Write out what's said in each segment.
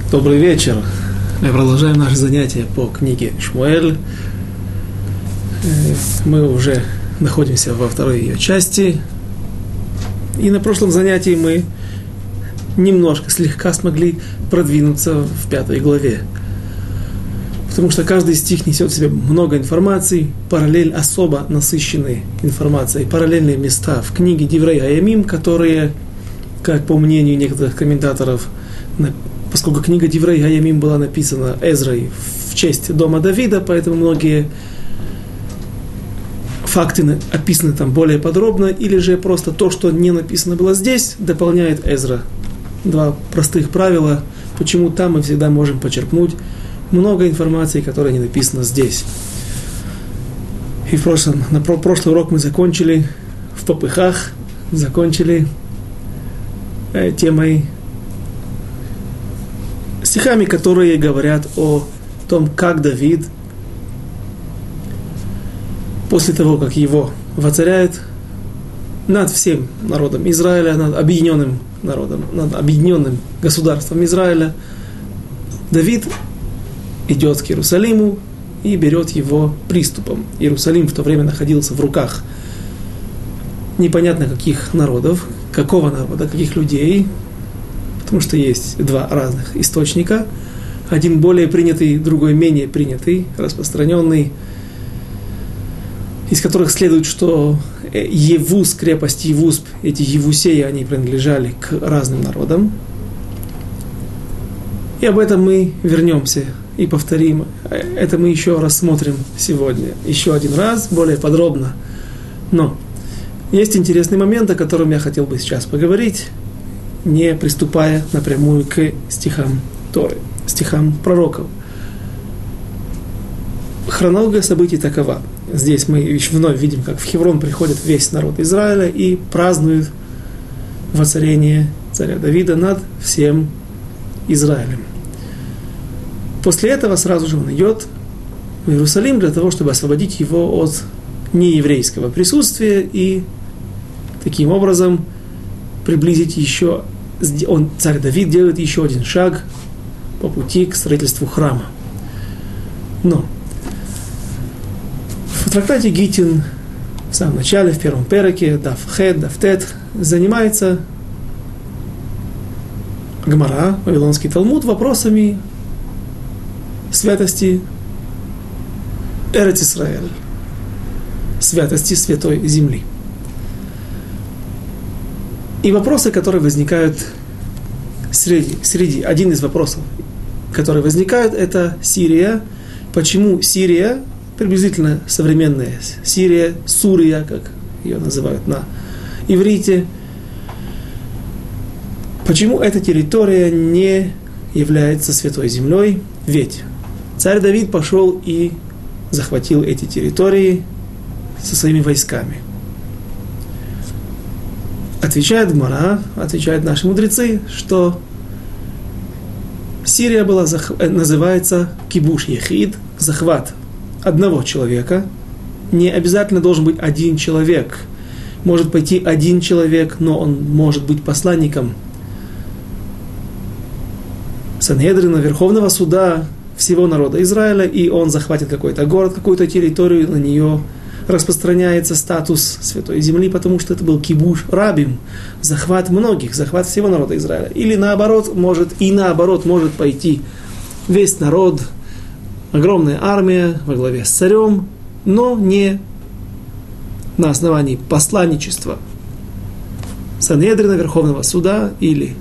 Добрый вечер. Мы продолжаем наше занятие по книге Шмуэль. Мы уже находимся во второй ее части. И на прошлом занятии мы слегка смогли продвинуться в 5 главе. Потому что каждый стих несет в себе много информации, особо насыщенные информацией, параллельные места в книге Диврей Хаямим, которые, как по мнению некоторых комментаторов, поскольку книга Диврей Хаямим была написана Эзрой в честь дома Давида, поэтому многие факты описаны там более подробно, или же просто то, что не написано было здесь, дополняет Эзра. Два простых правила, почему там мы всегда можем почерпнуть много информации, которая не написана здесь. И на прошлый урок мы закончили в попыхах, темой, стихами, которые говорят о том, как Давид, после того, как его воцаряет над всем народом Израиля, над объединенным народом, над объединенным государством Израиля, Давид идет к Иерусалиму и берет его приступом. Иерусалим в то время находился в руках непонятно каких народов, какого народа, каких людей, потому что есть два разных источника, один более принятый, другой менее принятый, распространенный, из которых следует, что Евус, крепость Евус, эти Евусеи, они принадлежали к разным народам. И об этом мы вернемся и повторим. Это мы еще рассмотрим сегодня, еще один раз, более подробно. Но есть интересный момент, о котором я хотел бы сейчас поговорить, не приступая напрямую к стихам Торы, стихам пророков. Хронология событий такова. Здесь мы вновь видим, как в Хеврон приходит весь народ Израиля и празднует воцарение царя Давида над всем Израилем. После этого сразу же он идет в Иерусалим для того, чтобы освободить его от нееврейского присутствия и таким образом приблизить царь Давид делает еще один шаг по пути к строительству храма. Но в трактате Гитин в самом начале, в первом переке, Дав Хет, Дав Тет, занимается Гмара, Вавилонский Талмуд, вопросами святости Эрец Исраэль, святости Святой Земли. И вопросы, которые возникают один из вопросов, которые возникают, это Сирия. Почему Сирия, приблизительно современная Сирия, Сурия, как ее называют на иврите, почему эта территория не является Святой Землей? Ведь царь Давид пошел и захватил эти территории со своими войсками. Отвечает Гмара, отвечают наши мудрецы, что Сирия называется кибуш ехид, захват одного человека. Не обязательно должен быть один человек. Может пойти один человек, но он может быть посланником Сангедрина, Верховного суда всего народа Израиля, и он захватит какой-то город, какую-то территорию, на нее распространяется статус Святой Земли, потому что это был кибуш рабим, захват многих, захват всего народа Израиля. Или наоборот может пойти весь народ, огромная армия во главе с царем, но не на основании посланничества Сангедрина, Верховного суда и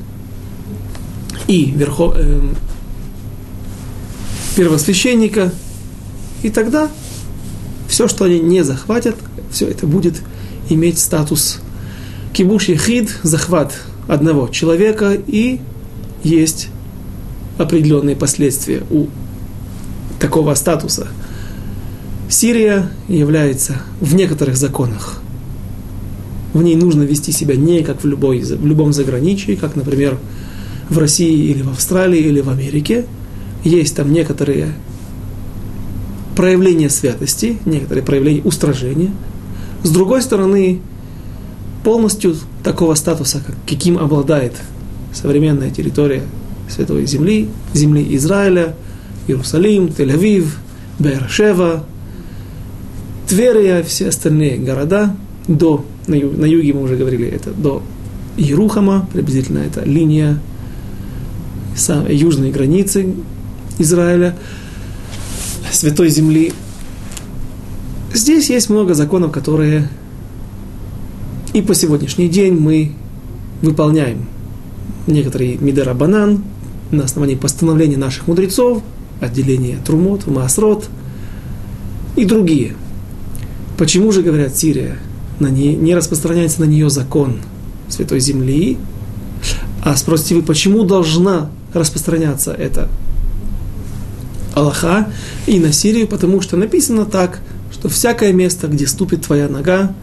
первосвященника, и тогда все, что они не захватят, все это будет иметь статус кибуш ехид, захват одного человека, и есть определенные последствия у такого статуса. Сирия является в некоторых законах, в ней нужно вести себя не как в любом заграничии, как, например, в России или в Австралии или в Америке. Есть там некоторые проявления святости, некоторые проявления устражения. С другой стороны, полностью такого статуса, каким обладает современная территория Святой Земли, земли Израиля, Иерусалим, Тель-Авив, Беэр-Шева, Тверия, все остальные города, на юге мы уже говорили, это до Иерухама, приблизительно это линия южной границы Израиля, Святой Земли. Здесь есть много законов, которые и по сегодняшний день мы выполняем. Некоторые мидера банан на основании постановлений наших мудрецов, отделение трумот, маасрот и другие. Почему же, говорят, Сирия, не распространяется на нее закон Святой Земли? А спросите вы, почему должна распространяться эта алаха и на Сирию? Потому что написано так, что всякое место, где ступит твоя нога,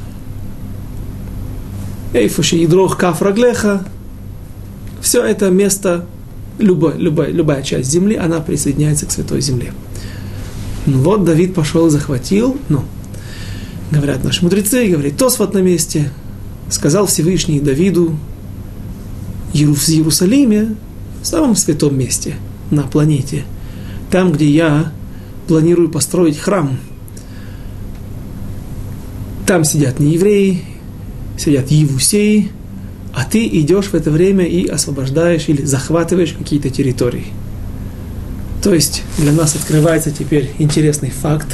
эйфуши идрох каф раглеха, все это место, любая часть земли, она присоединяется к Святой Земле. Ну вот Давид пошел и захватил, говорят наши мудрецы, говорит Тосфот на месте, сказал Всевышний Давиду в Иерусалиме, в самом святом месте на планете, там, где я планирую построить храм. Там сидят неевреи, сидят иевусеи, а ты идешь в это время и освобождаешь или захватываешь какие-то территории. То есть для нас открывается теперь интересный факт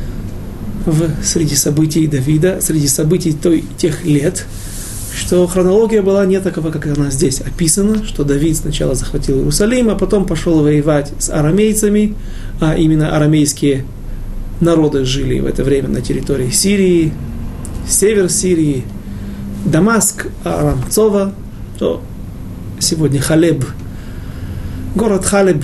среди событий Давида, среди событий тех лет, что хронология была не такова, как она здесь описана, что Давид сначала захватил Иерусалим, а потом пошел воевать с арамейцами, а именно арамейские народы жили в это время на территории Сирии, север Сирии, Дамаск, Арамцова, то сегодня Халеб, город Халеб,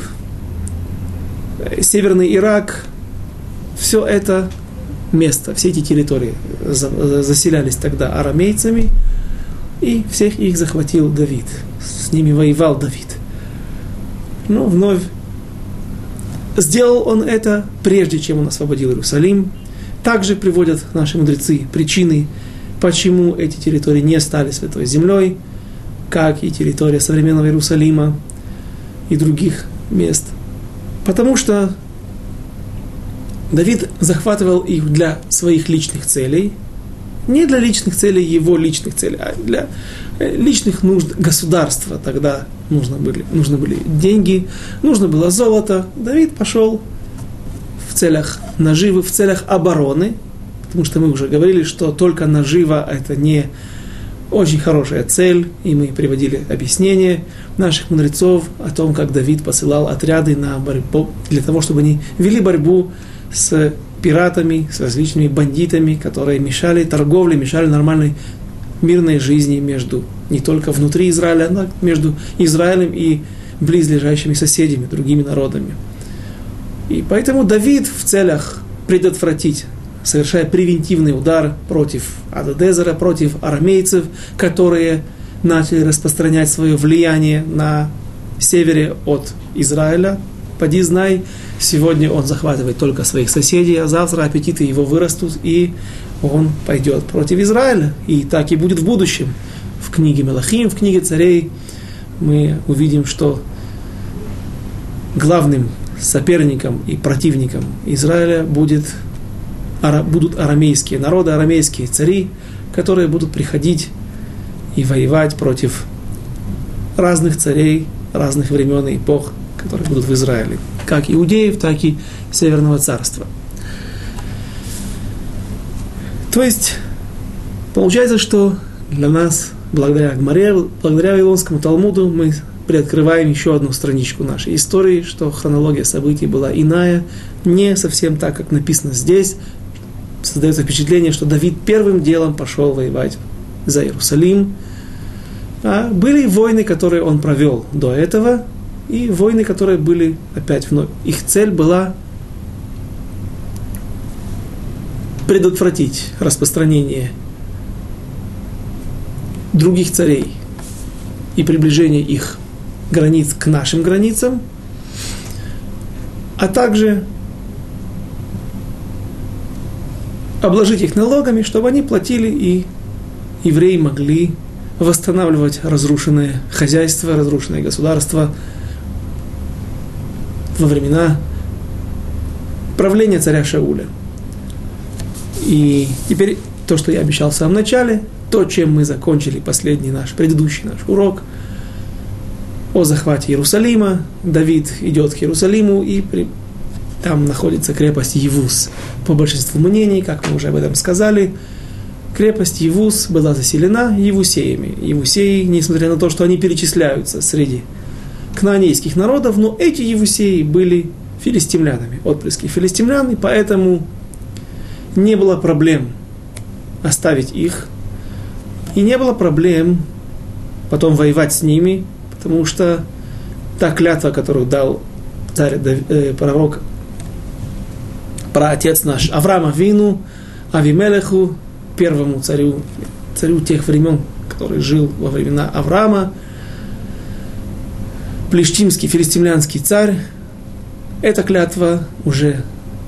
северный Ирак, все это место, все эти территории заселялись тогда арамейцами, и всех их захватил Давид, с ними воевал Давид. Но вновь сделал он это, прежде чем он освободил Иерусалим. Также приводят наши мудрецы причины, почему эти территории не стали святой землей, как и территория современного Иерусалима и других мест. Потому что Давид захватывал их для своих личных целей, не для личных целей, его личных целей, а для личных нужд государства. Тогда нужны были деньги, нужно было золото. Давид пошел в целях наживы, в целях обороны, потому что мы уже говорили, что только нажива – это не очень хорошая цель, и мы приводили объяснение наших мудрецов о том, как Давид посылал отряды на борьбу, для того, чтобы они вели борьбу с пиратами, с различными бандитами, которые мешали торговле, мешали нормальной мирной жизни не только внутри Израиля, но между Израилем и близлежащими соседями, другими народами. И поэтому Давид в целях предотвратить, совершая превентивный удар против Ададезера, против арамейцев, которые начали распространять свое влияние на севере от Израиля. Поди знай, сегодня он захватывает только своих соседей, а завтра аппетиты его вырастут, и он пойдет против Израиля. И так и будет в будущем. В книге Мелахим, в книге царей мы увидим, что главным соперником и противником Израиля будут арамейские народы, арамейские цари, которые будут приходить и воевать против разных царей, разных времен и эпох, которые будут в Израиле, как иудеев, так и Северного царства. То есть, получается, что для нас, благодаря Гмаре, благодаря Вавилонскому Талмуду, мы приоткрываем еще одну страничку нашей истории, что хронология событий была иная, не совсем так, как написано здесь. Создается впечатление, что Давид первым делом пошел воевать за Иерусалим. А были войны, которые он провел до этого, и войны, которые были опять вновь. Их цель была предотвратить распространение других царей и приближение их границ к нашим границам, а также обложить их налогами, чтобы они платили, и евреи могли восстанавливать разрушенное хозяйство, разрушенное государство во времена правления царя Шауля. И теперь то, что я обещал в самом начале, то, чем мы закончили предыдущий наш урок о захвате Иерусалима. Давид идет к Иерусалиму, и там находится крепость Евус. По большинству мнений, как мы уже об этом сказали, крепость Евус была заселена евусеями. Евусеи, несмотря на то, что они перечисляются среди кнаанейских народов, но эти евусеи были филистимлянами, отпрыски филистимлян, и поэтому не было проблем оставить их, и не было проблем потом воевать с ними, потому что та клятва, которую дал пророк, праотец наш Авраам Авину, Авимелеху, первому царю тех времен, который жил во времена Авраама, плештимский, филистимлянский царь, эта клятва уже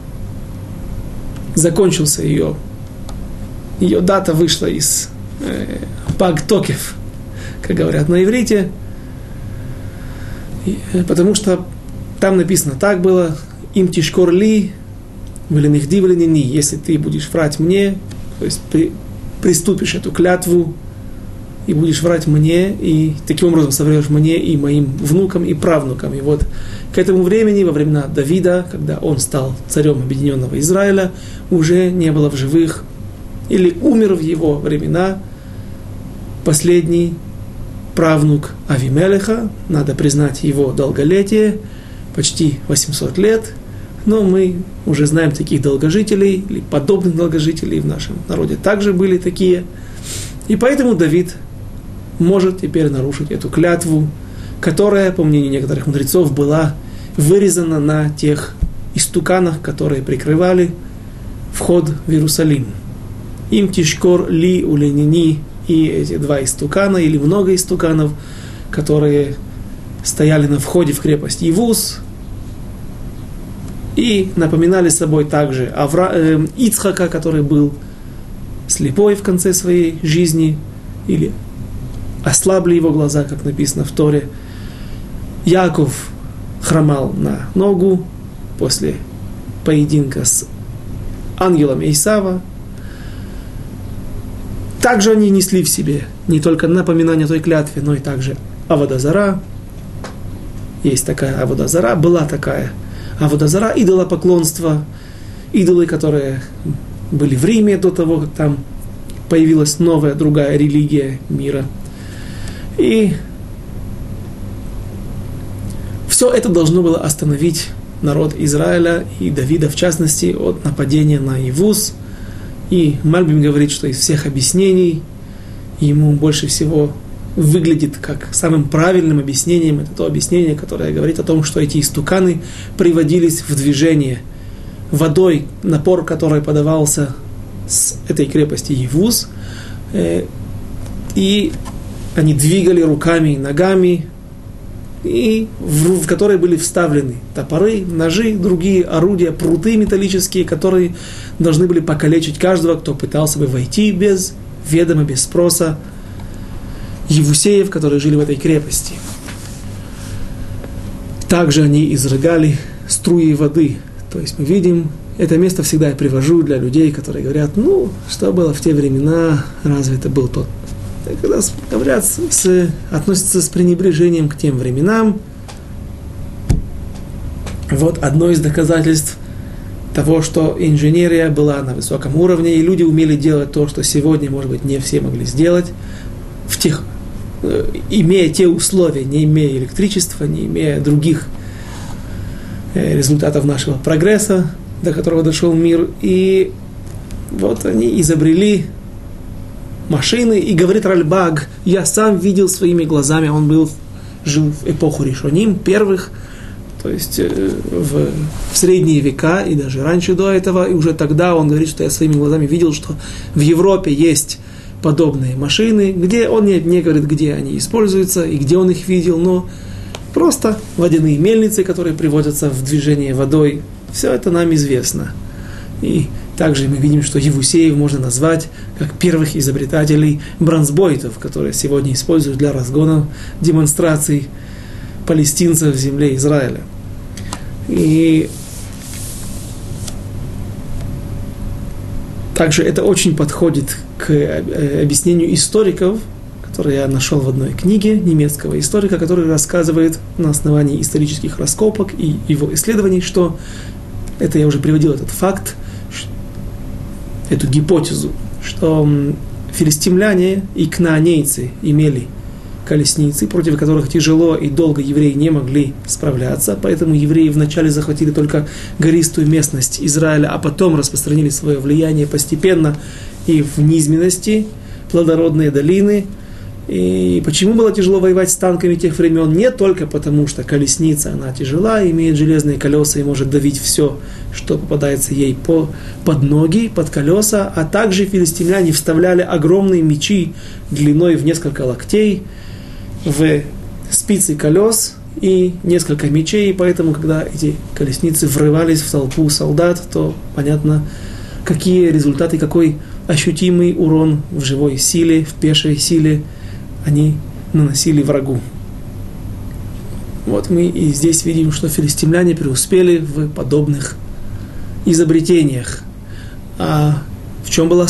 закончился ее дата вышла из паг токев, как говорят на иврите, потому что там написано, так было, им тишкор ли, веленихди веленини, если ты будешь врать мне, то есть приступишь эту клятву и будешь врать мне, и таким образом соврешь мне и моим внукам и правнукам. И вот к этому времени, во времена Давида, когда он стал царем объединенного Израиля, уже не было в живых, или умер в его времена последний правнук Авимелеха. Надо признать его долголетие, почти 800 лет, но мы уже знаем таких долгожителей, или подобных долгожителей в нашем народе также были такие. И поэтому Давид может теперь нарушить эту клятву, которая, по мнению некоторых мудрецов, была вырезана на тех истуканах, которые прикрывали вход в Иерусалим. Им тишкор ли уленини, и эти два истукана, или много истуканов, которые стояли на входе в крепость Евус, и напоминали собой также Ицхака, который был слепой в конце своей жизни, или ослабли его глаза, как написано в Торе. Яков хромал на ногу после поединка с ангелом Исава. Также они несли в себе не только напоминание той клятве, но и также авода зара. Есть такая авода зара, была такая авода зара, идолопоклонство, идолы, которые были в Риме до того, как там появилась новая, другая религия мира. И все это должно было остановить народ Израиля и Давида, в частности, от нападения на Евус. И Мальбим говорит, что из всех объяснений ему больше всего выглядит как самым правильным объяснением, это то объяснение, которое говорит о том, что эти истуканы приводились в движение водой, напор которой подавался с этой крепости Евус, и они двигали руками и ногами, и в которые были вставлены топоры, ножи, другие орудия, пруты металлические, которые должны были покалечить каждого, кто пытался бы войти без ведома, без спроса евусеев, которые жили в этой крепости. Также они изрыгали струи воды. То есть мы видим, это место всегда я привожу для людей, которые говорят, что было в те времена, разве это был тот. Когда говорят, относятся с пренебрежением к тем временам. Вот одно из доказательств того, что инженерия была на высоком уровне, и люди умели делать то, что сегодня, может быть, не все могли сделать, имея те условия, не имея электричества, не имея других результатов нашего прогресса, до которого дошел мир. И вот они изобрели машины, и говорит Ральбаг, я сам видел своими глазами, он жил в эпоху Ришоним, первых, то есть в средние века и даже раньше до этого, и уже тогда он говорит, что я своими глазами видел, что в Европе есть подобные машины, где он не говорит, где они используются и где он их видел, но просто водяные мельницы, которые приводятся в движение водой, все это нам известно. И Также мы видим, что Евусеев можно назвать как первых изобретателей бронзбойтов, которые сегодня используют для разгона демонстраций палестинцев в земле Израиля. И также это очень подходит к объяснению историков, которые я нашел в одной книге немецкого историка, который рассказывает на основании исторических раскопок и его исследований, что это я уже приводил этот факт, эту гипотезу, что филистимляне и кнаанейцы имели колесницы, против которых тяжело и долго евреи не могли справляться, поэтому евреи вначале захватили только гористую местность Израиля, а потом распространили свое влияние постепенно и в низменности, плодородные долины. И почему было тяжело воевать с танками тех времен? Не только потому, что колесница, она тяжела, имеет железные колеса и может давить все, что попадается ей под ноги, под колеса, а также филистимляне вставляли огромные мечи длиной в несколько локтей в спицы колес и несколько мечей, и поэтому, когда эти колесницы врывались в толпу солдат, то понятно, какие результаты, какой ощутимый урон в живой силе, в пешей силе они наносили врагу. Вот мы и здесь видим, что филистимляне преуспели в подобных изобретениях. А в чем было...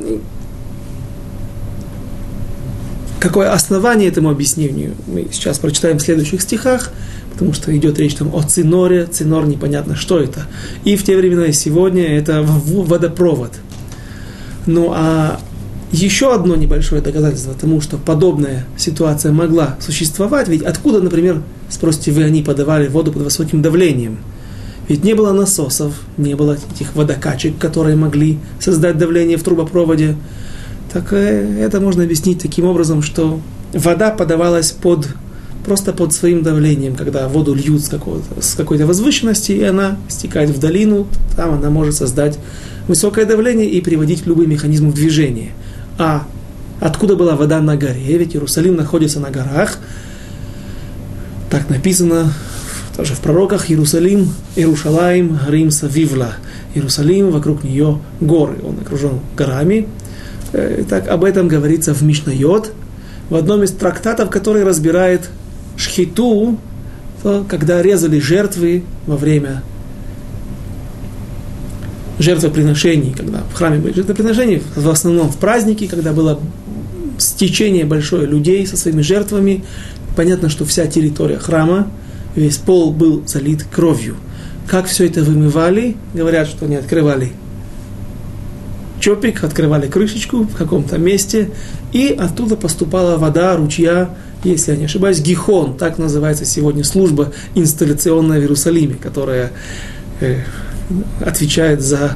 Какое основание этому объяснению? Мы сейчас прочитаем в следующих стихах, потому что идет речь там о циноре. Цинор непонятно, что это. И в те времена, и сегодня это водопровод. Ну а еще одно небольшое доказательство тому, что подобная ситуация могла существовать. Ведь откуда, например, спросите вы, они подавали воду под высоким давлением? Ведь не было насосов, не было этих водокачек, которые могли создать давление в трубопроводе. Так это можно объяснить таким образом, что вода подавалась просто под своим давлением, когда воду льют с какой-то возвышенности, и она стекает в долину, там она может создать высокое давление и приводить любые механизмы в движение. А откуда была вода на горе? Ведь Иерусалим находится на горах. Так написано тоже в пророках: Иерусалим, Иерушалаим, Рим Савивла. Иерусалим, вокруг нее горы. Он окружен горами. Так об этом говорится в Мишнайот, в одном из трактатов, который разбирает шхиту, когда резали жертвы во время жертвоприношений, когда в храме были жертвоприношения, в основном в праздники, когда было стечение большое людей со своими жертвами. Понятно, что вся территория храма, весь пол был залит кровью. Как все это вымывали? Говорят, что они открывали чопик, открывали крышечку в каком-то месте, и оттуда поступала вода, ручья, если я не ошибаюсь, Гихон, так называется сегодня служба инсталляционная в Иерусалиме, которая отвечает за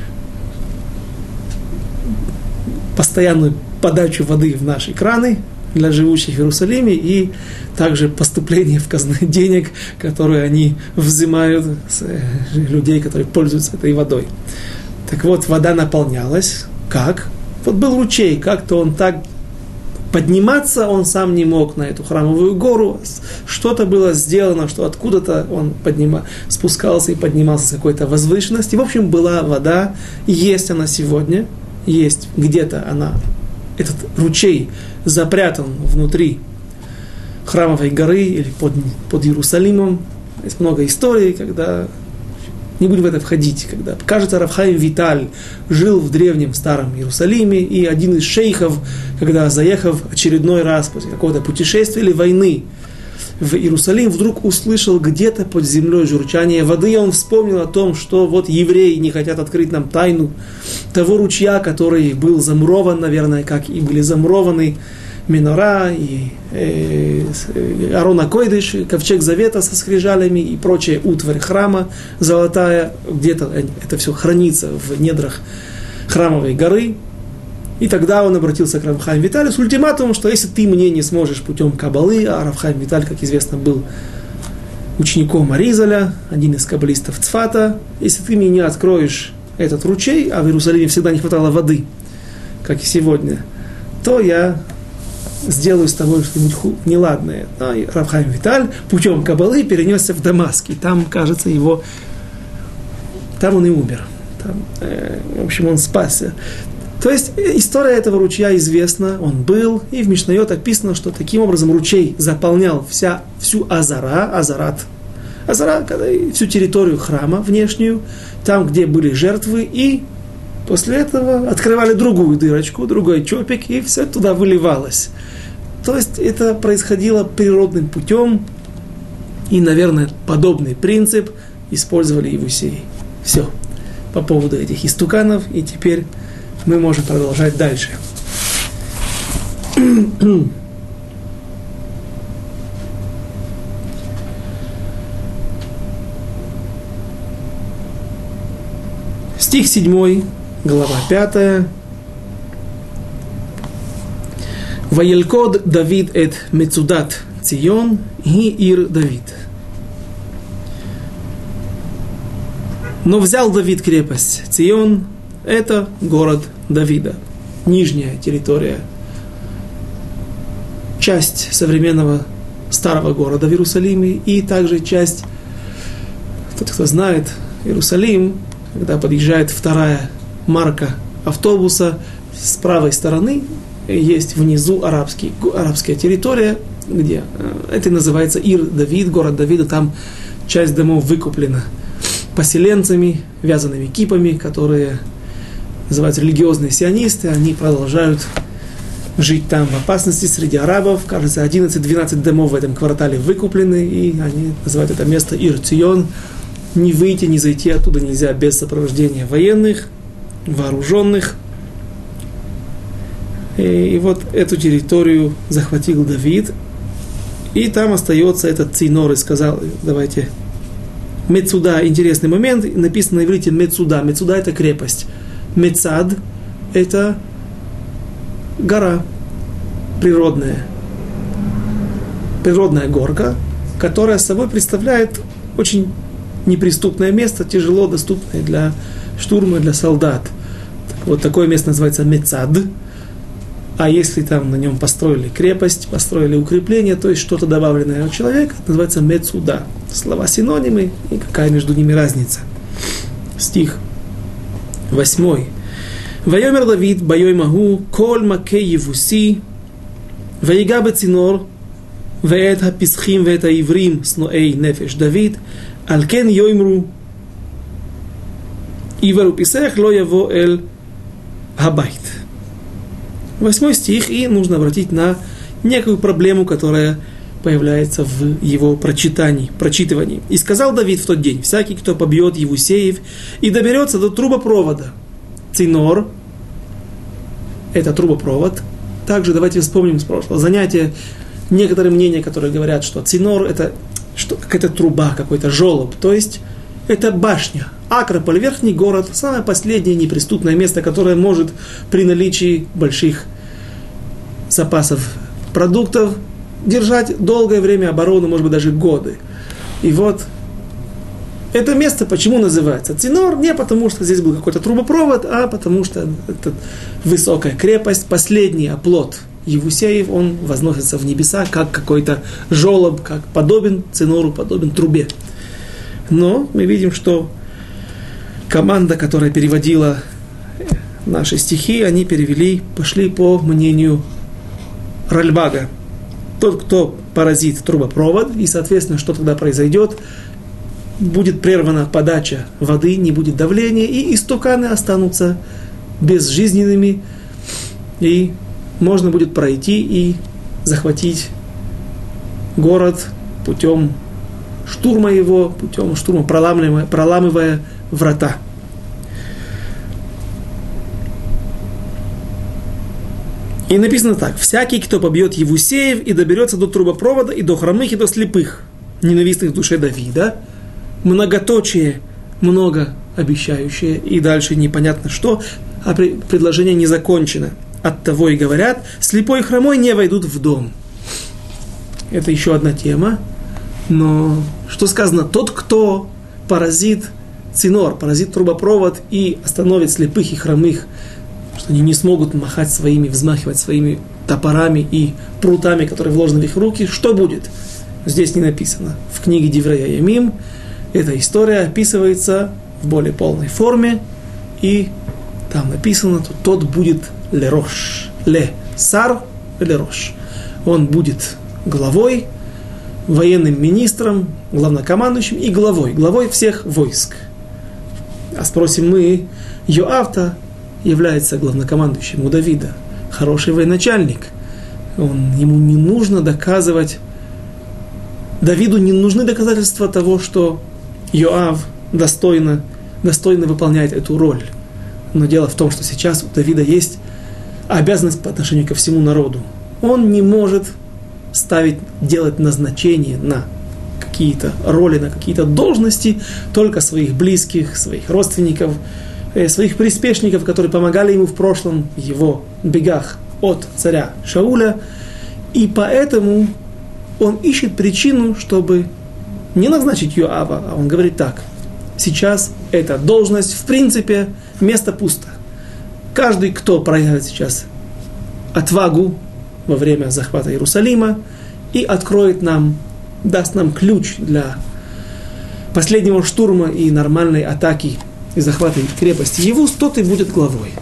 постоянную подачу воды в наши краны для живущих в Иерусалиме и также поступление в казну денег, которые они взимают с людей, которые пользуются этой водой. Так вот, вода наполнялась. Как? Вот был ручей, как-то он так подниматься он сам не мог на эту храмовую гору. Что-то было сделано, что откуда-то он спускался и поднимался с какой-то возвышенности. В общем, была вода, и есть она сегодня. Есть где-то она, этот ручей запрятан внутри храмовой горы или под Иерусалимом. Есть много историй, когда... Не будем в это входить, когда, кажется, Рав Хаим Виталь жил в древнем старом Иерусалиме, и один из шейхов, когда заехав очередной раз после какого-то путешествия или войны в Иерусалим, вдруг услышал где-то под землей журчание воды, и он вспомнил о том, что вот евреи не хотят открыть нам тайну того ручья, который был замурован, наверное, как и были замурованы Менора и Арон ха-Койдеш, ковчег завета со скрижалями и прочая утварь храма золотая, где-то это все хранится в недрах храмовой горы. И тогда он обратился к Рав Хаиму Виталю с ультиматумом, что если ты мне не сможешь путем каббалы, а Рав Хаим Виталь, как известно, был учеником Аризаля, один из каббалистов Цфата, если ты мне не откроешь этот ручей, а в Иерусалиме всегда не хватало воды, как и сегодня, то я сделаю с тобой что-нибудь неладное. Но Рав Хаим Виталь путем каббалы перенесся в Дамаск, и там, кажется, там он и умер. в общем, он спасся. То есть история этого ручья известна, он был, и в Мишнайот описано, что таким образом ручей заполнял всю Азарат, всю территорию храма внешнюю, там, где были жертвы, и после этого открывали другую дырочку, другой чопик, и все туда выливалось. То есть это происходило природным путем, и, наверное, подобный принцип использовали Иевусеи. Все по поводу этих истуканов, и теперь мы можем продолжать дальше. Стих 7, глава 5. «Ваелкод Давид эт Мецудат Цион, ги ир Давид». Но взял Давид крепость Цион, это город Давида, нижняя территория, часть современного старого города в Иерусалиме, и также часть, тот, кто знает, Иерусалим, когда подъезжает вторая марка автобуса, с правой стороны есть внизу арабская территория, где это называется Ир-Давид, город Давида, там часть домов выкуплена поселенцами, вязаными кипами, которые называются религиозные сионисты, они продолжают жить там в опасности среди арабов. Кажется, 11-12 домов в этом квартале выкуплены, и они называют это место Ир-Цион. Не выйти, не зайти оттуда нельзя без сопровождения военных, вооруженных. И вот эту территорию захватил Давид, и там остается этот Цинор, и сказал, давайте, Мецуда, интересный момент, написано на иврите Мецуда. Мецуда – это крепость. Мецад – это гора природная горка, которая собой представляет очень неприступное место, тяжело доступное для штурма, для солдат. Вот такое место называется Мецад. А если там на нем построили крепость, построили укрепление, то есть что-то добавленное от человека, это называется Мецуда. Слова синонимы, и какая между ними разница. Стих 8. «Вайомер Давид байой магу коль маке евуси ваига бецинор ваэт хаписхим ваэт хаиврим сноэй нефеш Давид алкен йоймру ивару писех ло яво эль хабайт». 8 стих, и нужно обратить на некую проблему, которая появляется в его прочитывании. «И сказал Давид в тот день: всякий, кто побьет Евусеев и доберется до трубопровода». Цинор – это трубопровод. Также давайте вспомним с прошлого занятия некоторые мнения, которые говорят, что цинор – это какая-то труба, какой-то желоб, то есть это башня. Акрополь, верхний город, самое последнее неприступное место, которое может при наличии больших запасов продуктов держать долгое время оборону, может быть, даже годы. И вот это место почему называется Цинор? Не потому, что здесь был какой-то трубопровод, а потому что это высокая крепость, последний оплот Евусеев, он возносится в небеса, как какой-то желоб, как подобен Цинору, подобен трубе. Но мы видим, что команда, которая переводила наши стихи, они пошли по мнению Ральбага. Тот, кто поразит трубопровод, и, соответственно, что тогда произойдет, будет прервана подача воды, не будет давления, и истуканы останутся безжизненными, и можно будет пройти и захватить город путем штурма его, проламывая врата. И написано так: всякий, кто побьет Евусеев и доберется до трубопровода, и до хромых, и до слепых, ненавистных в душе Давида, многоточие, много обещающее, и дальше непонятно что, а предложение не закончено. Оттого и говорят: слепой и хромой не войдут в дом. Это еще одна тема. Но что сказано? Тот, кто поразит цинор, поразит трубопровод и остановит слепых и хромых, что они не смогут взмахивать своими топорами и прутами, которые вложены в их руки, что будет? Здесь не написано. В книге Деврея Ямим эта история описывается в более полной форме. и там написано, что тот будет лерош, ле сар лерош. Он будет главой, военным министром, главнокомандующим и главой всех войск. А спросим мы, Йоав-то является главнокомандующим у Давида, хороший военачальник. Ему не нужно доказывать, Давиду не нужны доказательства того, что Йоав достойно выполняет эту роль. Но дело в том, что сейчас у Давида есть обязанность по отношению ко всему народу. Он не может делать назначение на какие-то роли, на какие-то должности только своих близких, своих родственников, своих приспешников, которые помогали ему в прошлом в его бегах от царя Шауля. И поэтому он ищет причину, чтобы не назначить Йоава, а он говорит так: сейчас эта должность, в принципе, место пусто. Каждый, кто проявит сейчас отвагу во время захвата Иерусалима и даст нам ключ для последнего штурма и нормальной атаки и захвата крепости Евус, тот и будет главой.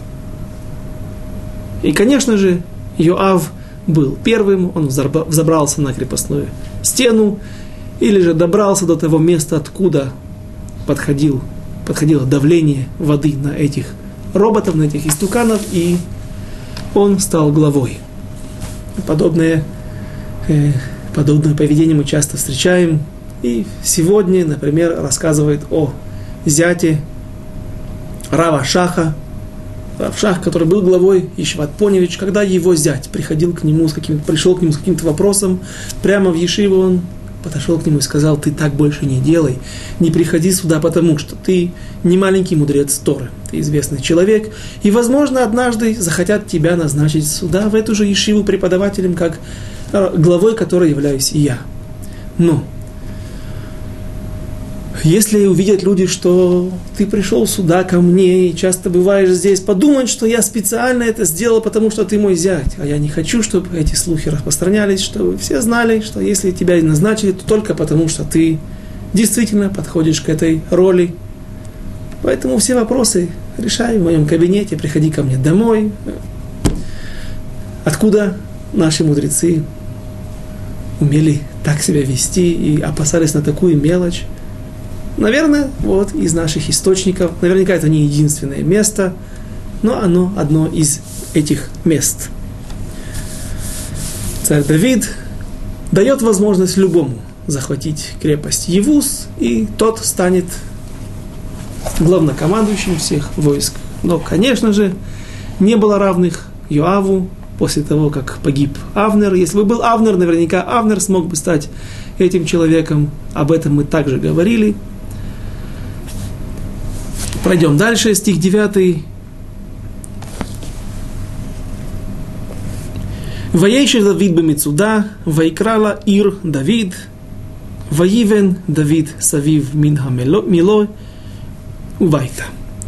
И, конечно же, Йоав был первым, он взобрался на крепостную стену, или же добрался до того места, откуда подходило давление воды на этих роботов, на этих истуканов, и он стал главой. Подобное поведение мы часто встречаем. И сегодня, например, рассказывает о зяте Рава Шаха, Рав Шах, который был главой Ешиват Поневич, когда его зять пришел к нему с каким-то вопросом, прямо в ешиву он подошел к нему и сказал: ты так больше не делай, не приходи сюда, потому что ты не маленький мудрец Торы, ты известный человек, и, возможно, однажды захотят тебя назначить сюда, в эту же ешиву, преподавателем, как главой, которой являюсь и я. Но если увидят люди, что ты пришел сюда ко мне и часто бываешь здесь, подумают, что я специально это сделал, потому что ты мой зять. А я не хочу, чтобы эти слухи распространялись, чтобы все знали, что если тебя назначили, то только потому, что ты действительно подходишь к этой роли. Поэтому все вопросы решай в моем кабинете, приходи ко мне домой. Откуда наши мудрецы умели так себя вести и опасались на такую мелочь? Наверное, вот из наших источников, наверняка это не единственное место, но оно одно из этих мест. Царь Давид дает возможность любому захватить крепость Евус, и тот станет главнокомандующим всех войск. Но, конечно же, не было равных Йоаву после того, как погиб Авнер. Если бы был Авнер, наверняка Авнер смог бы стать этим человеком. Об этом мы также говорили. Пройдем дальше, стих 9. «Ваейшев Давид бемицуда, вайкрала ир Давид, ваивен Давид савив мин хамило, увайта».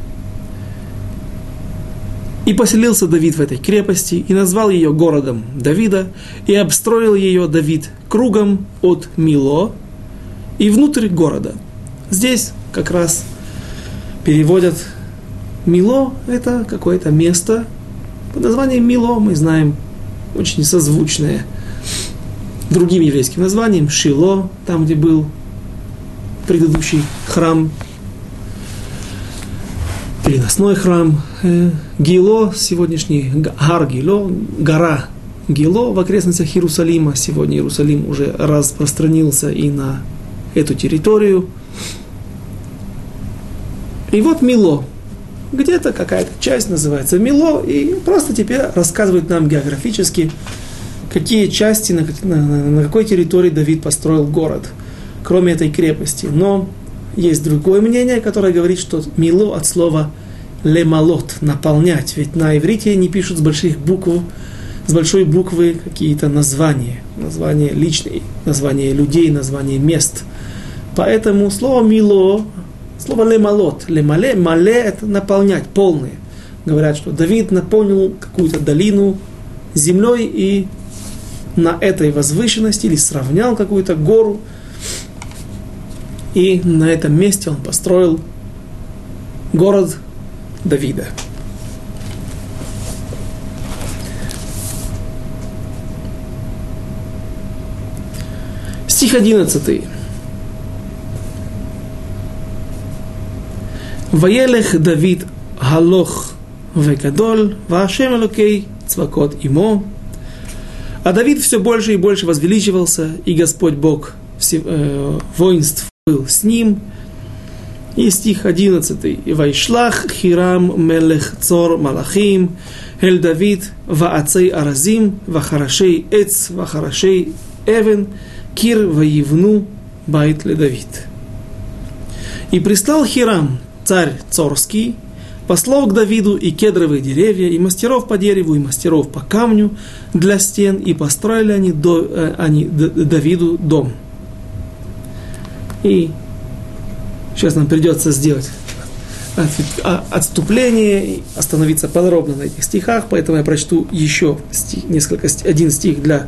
«И поселился Давид в этой крепости, и назвал ее городом Давида, и обстроил ее Давид кругом от Мило и внутрь города». Здесь как раз переводят Мило, это какое-то место. Под названием Мило мы знаем, очень созвучное другим еврейским названием, Шило, там, где был предыдущий храм, переносной храм, Гило, сегодняшний Гар Гило, гора Гило в окрестностях Иерусалима. Сегодня Иерусалим уже распространился и на эту территорию. И вот Мило. Где-то какая-то часть называется Мило, и просто теперь рассказывает нам географически, какие части, на какой территории Давид построил город, кроме этой крепости. Но есть другое мнение, которое говорит, что Мило от слова лемалот, наполнять. Ведь на иврите не пишут с большой буквы какие-то названия личные, названия людей, названия мест. Поэтому слово Мило, слово лемалот, лемале, мале – это наполнять, полное. Говорят, что Давид наполнил какую-то долину землей и на этой возвышенности, или сравнял какую-то гору, и на этом месте он построил город Давида. Стих 11. Ваелех Давид галох векадоль ваашем элокей цвакот имо. А Давид все больше и больше возвеличивался, и Господь Бог воинств был с ним. И стих 11. Вайшлах Хирам мелех цор малахим эль Давид ваацей аразим вахарашей эц вахарашей эвен кир ваивну байт ле Давид. И прислал Хирам, царь цорский, послов к Давиду и кедровые деревья, и мастеров по дереву, и мастеров по камню для стен, и построили они Давиду дом. И сейчас нам придется сделать отступление и остановиться подробно на этих стихах, поэтому я прочту еще один стих для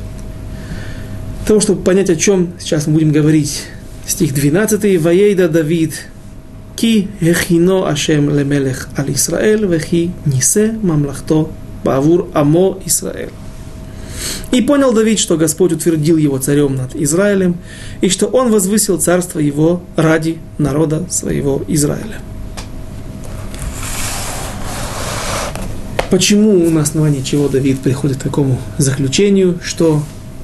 того, чтобы понять, о чем сейчас мы будем говорить. Стих 12. «Ваейда Давид, ки эхино Ашем лемелех аль Исраэль, вехи нисе мамлахто бавур амо Исраэль». И понял Давид, что Господь утвердил его царем над Израилем, и что он возвысил царство его ради народа своего Израиля. Почему, на основании чего Давид приходит к такому заключению, что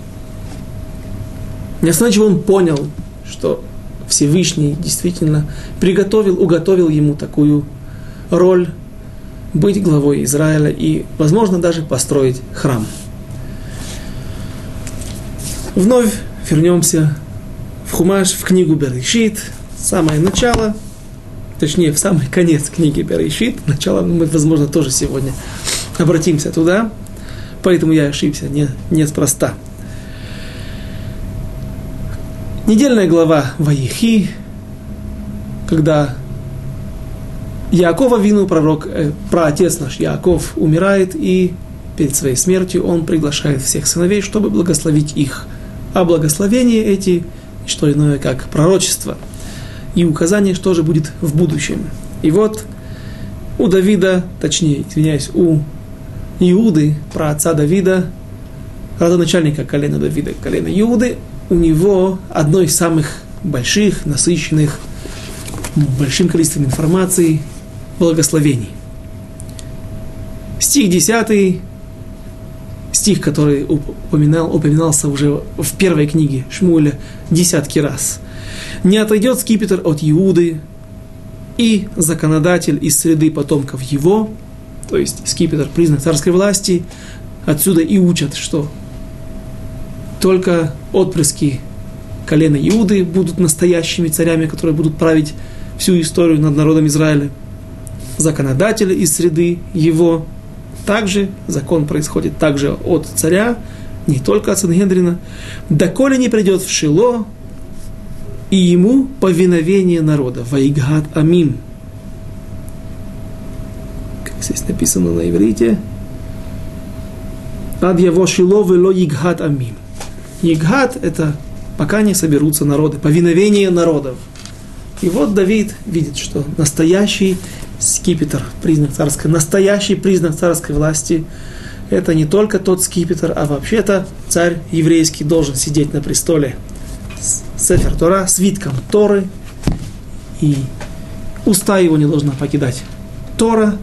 на основании чего он понял, что Всевышний действительно уготовил ему такую роль быть главой Израиля и, возможно, даже построить храм. Вновь вернемся в Хумаш, в книгу Берешит, самое начало, точнее, в самый конец книги Берешит. Начало мы, возможно, тоже сегодня обратимся туда, поэтому я ошибся неспроста. Недельная глава Ваихи, когда Яаков Авину, праотец наш Яаков, умирает, и перед своей смертью он приглашает всех сыновей, чтобы благословить их. А благословения эти – что иное, как пророчество и указание, что же будет в будущем. И вот у Давида, точнее, у Иуды, праотца Давида, родоначальника колена Давида, колена Иуды, у него одно из самых больших, насыщенных, большим количеством информации, благословений. Стих 10, стих, который упоминался уже в первой книге Шмуэля десятки раз. «Не отойдет скипетр от Иуды, и законодатель из среды потомков его», то есть скипетр, признак царской власти, отсюда и учат, что только отпрыски колена Иуды будут настоящими царями, которые будут править всю историю над народом Израиля. Законодатель из среды его. Также закон происходит также от царя, не только от Сангедрина. «Доколе не придет в Шило, и ему повиновение народа». «Ваигхат амим». Как здесь написано на иврите. «Ад яво Шило вело игхат амим». Игхат – это пока не соберутся народы, повиновение народов. И вот Давид видит, что настоящий скипетр, настоящий признак царской власти – это не только тот скипетр, а вообще-то царь еврейский должен сидеть на престоле Сефер Тора, свитком Торы, и уста его не должна покидать Тора.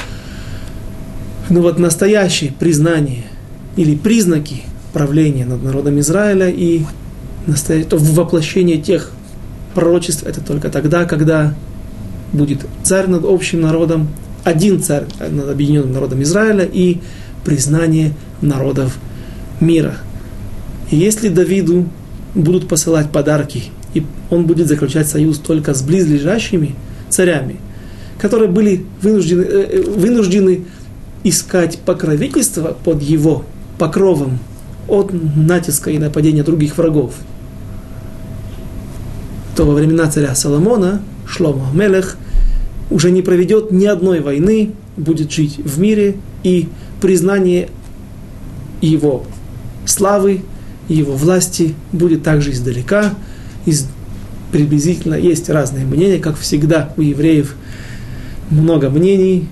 Но вот настоящее признание или признаки правления над народом Израиля и воплощение тех пророчеств, это только тогда, когда будет царь над общим народом, один царь над объединенным народом Израиля и признание народов мира. И если Давиду будут посылать подарки, и он будет заключать союз только с близлежащими царями, которые были вынуждены искать покровительство под его покровом от натиска и нападения других врагов, то во времена царя Соломона Шломо Мелех уже не проведет ни одной войны, будет жить в мире, и признание его славы, его власти будет также издалека. Приблизительно есть разные мнения, как всегда у евреев много мнений.